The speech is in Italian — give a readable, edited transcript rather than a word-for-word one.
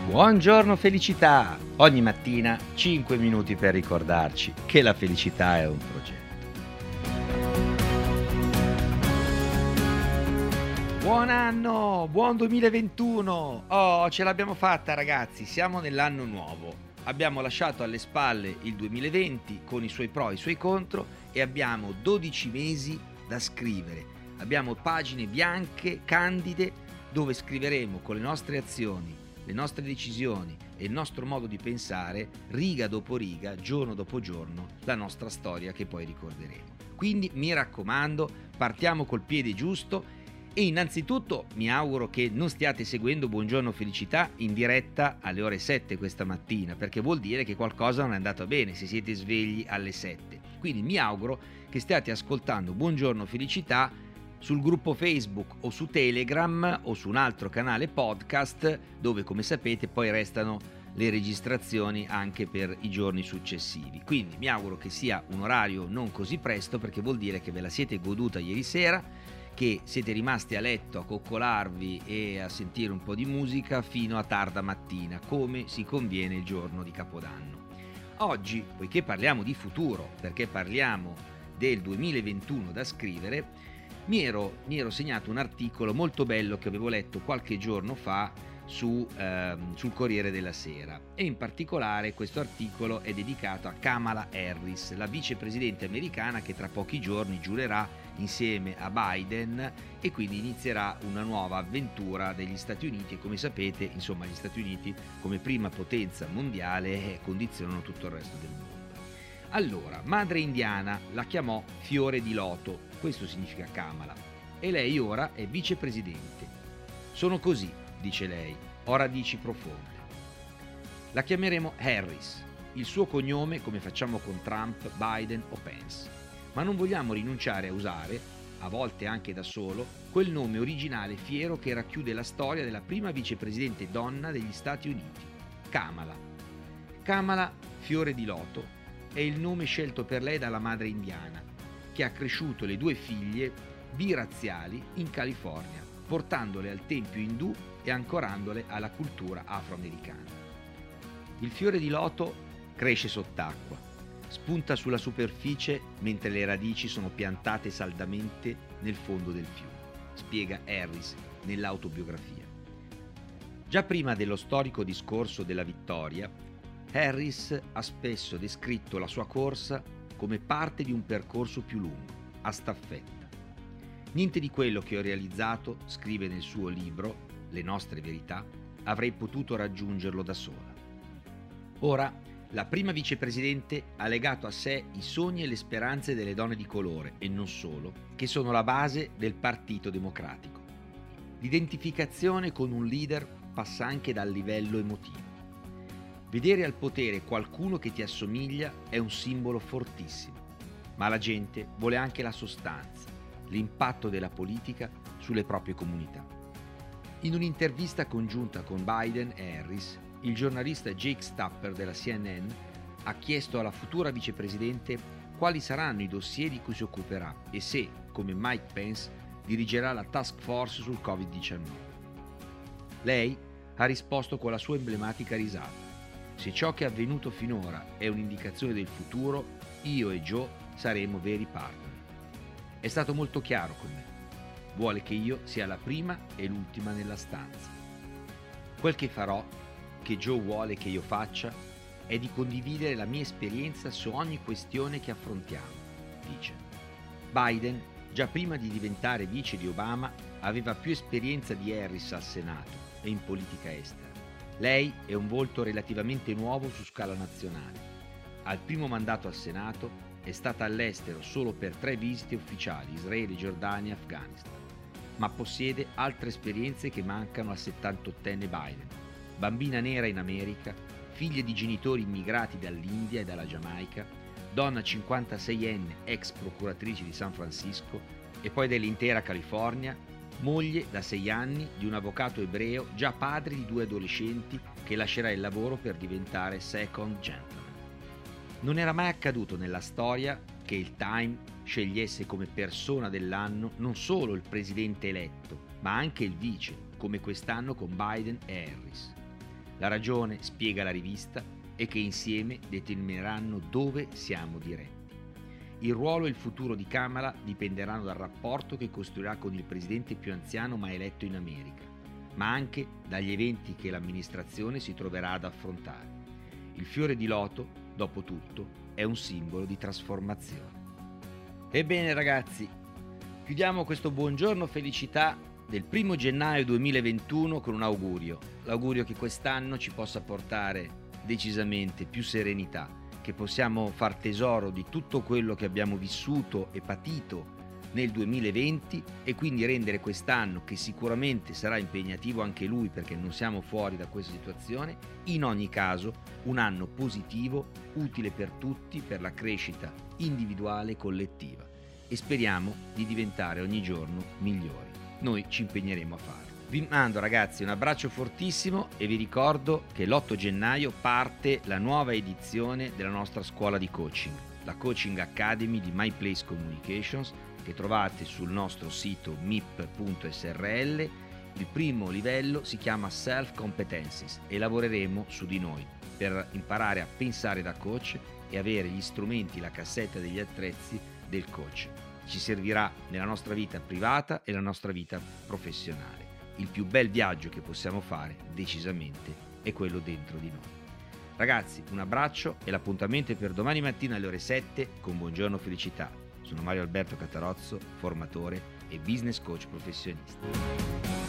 Buongiorno felicità! Ogni mattina 5 minuti per ricordarci che la felicità è un progetto. Buon anno! Buon 2021! Oh, ce l'abbiamo fatta ragazzi, siamo nell'anno nuovo. Abbiamo lasciato alle spalle il 2020 con i suoi pro e i suoi contro e abbiamo 12 mesi da scrivere. Abbiamo pagine bianche, candide, dove scriveremo con le nostre azioni, le nostre decisioni e il nostro modo di pensare, riga dopo riga, giorno dopo giorno, la nostra storia che poi ricorderemo. Quindi mi raccomando, partiamo col piede giusto e innanzitutto mi auguro che non stiate seguendo Buongiorno Felicità in diretta alle ore 7 questa mattina, perché vuol dire che qualcosa non è andato bene se siete svegli alle 7. Quindi mi auguro che stiate ascoltando Buongiorno Felicità sul gruppo Facebook o su Telegram o su un altro canale podcast dove, come sapete, poi restano le registrazioni anche per i giorni successivi. Quindi mi auguro che sia un orario non così presto, perché vuol dire che ve la siete goduta ieri sera, che siete rimasti a letto a coccolarvi e a sentire un po' di musica fino a tarda mattina, come si conviene il giorno di Capodanno. Oggi, poiché parliamo di futuro, perché parliamo del 2021 da scrivere, mi ero segnato un articolo molto bello che avevo letto qualche giorno fa sul Corriere della Sera, e in particolare questo articolo è dedicato a Kamala Harris, la vicepresidente americana che tra pochi giorni giurerà insieme a Biden e quindi inizierà una nuova avventura degli Stati Uniti, e come sapete, insomma, gli Stati Uniti come prima potenza mondiale condizionano tutto il resto del mondo. Allora, madre indiana la chiamò fiore di loto, questo significa Kamala, e lei ora è vicepresidente. Sono così, dice lei, ho radici profonde. La chiameremo Harris, il suo cognome come facciamo con Trump, Biden o Pence, ma non vogliamo rinunciare a usare, a volte anche da solo, quel nome originale fiero che racchiude la storia della prima vicepresidente donna degli Stati Uniti, Kamala. Kamala, fiore di loto, è il nome scelto per lei dalla madre indiana, che ha cresciuto le due figlie biraziali in California, portandole al tempio indù e ancorandole alla cultura afroamericana. Il fiore di loto cresce sott'acqua, spunta sulla superficie mentre le radici sono piantate saldamente nel fondo del fiume, spiega Harris nell'autobiografia. Già prima dello storico discorso della vittoria, Harris ha spesso descritto la sua corsa come parte di un percorso più lungo, a staffetta. Niente di quello che ho realizzato, scrive nel suo libro Le nostre verità, avrei potuto raggiungerlo da sola. Ora, la prima vicepresidente ha legato a sé i sogni e le speranze delle donne di colore, e non solo, che sono la base del Partito Democratico. L'identificazione con un leader passa anche dal livello emotivo. Vedere al potere qualcuno che ti assomiglia è un simbolo fortissimo, ma la gente vuole anche la sostanza, l'impatto della politica sulle proprie comunità. In un'intervista congiunta con Biden e Harris, il giornalista Jake Tapper della CNN ha chiesto alla futura vicepresidente quali saranno i dossier di cui si occuperà e se, come Mike Pence, dirigerà la task force sul Covid-19. Lei ha risposto con la sua emblematica risata. Se ciò che è avvenuto finora è un'indicazione del futuro, io e Joe saremo veri partner. È stato molto chiaro con me. Vuole che io sia la prima e l'ultima nella stanza. Quel che farò, che Joe vuole che io faccia, è di condividere la mia esperienza su ogni questione che affrontiamo, dice. Biden, già prima di diventare vice di Obama, aveva più esperienza di Harris al Senato e in politica estera. Lei è un volto relativamente nuovo su scala nazionale. Al primo mandato al Senato è stata all'estero solo per 3 visite ufficiali, Israele, Giordania e Afghanistan, ma possiede altre esperienze che mancano al 78enne Biden. Bambina nera in America, figlia di genitori immigrati dall'India e dalla Giamaica, donna 56enne ex procuratrice di San Francisco e poi dell'intera California, moglie da 6 anni di un avvocato ebreo, già padre di 2 adolescenti, che lascerà il lavoro per diventare second gentleman. Non era mai accaduto nella storia che il Time scegliesse come persona dell'anno non solo il presidente eletto, ma anche il vice, come quest'anno con Biden e Harris. La ragione, spiega la rivista, è che insieme determineranno dove siamo diretti. Il ruolo e il futuro di Kamala dipenderanno dal rapporto che costruirà con il presidente più anziano mai eletto in America, ma anche dagli eventi che l'amministrazione si troverà ad affrontare. Il fiore di loto, dopo tutto, è un simbolo di trasformazione. Ebbene ragazzi, chiudiamo questo buongiorno felicità del 1 gennaio 2021 con un augurio. L'augurio che quest'anno ci possa portare decisamente più serenità, che possiamo far tesoro di tutto quello che abbiamo vissuto e patito nel 2020 e quindi rendere quest'anno, che sicuramente sarà impegnativo anche lui perché non siamo fuori da questa situazione, in ogni caso un anno positivo, utile per tutti, per la crescita individuale e collettiva, e speriamo di diventare ogni giorno migliori. Noi ci impegneremo a farlo. Vi mando ragazzi un abbraccio fortissimo e vi ricordo che l'8 gennaio parte la nuova edizione della nostra scuola di coaching, la Coaching Academy di My Place Communications, che trovate sul nostro sito mip.srl. Il primo livello si chiama Self Competencies e lavoreremo su di noi per imparare a pensare da coach e avere gli strumenti, la cassetta degli attrezzi del coach. Ci servirà nella nostra vita privata e nella nostra vita professionale. Il più bel viaggio che possiamo fare, decisamente, è quello dentro di noi. Ragazzi, un abbraccio e l'appuntamento è per domani mattina alle ore 7 con Buongiorno Felicità. Sono Mario Alberto Catarozzo, formatore e business coach professionista.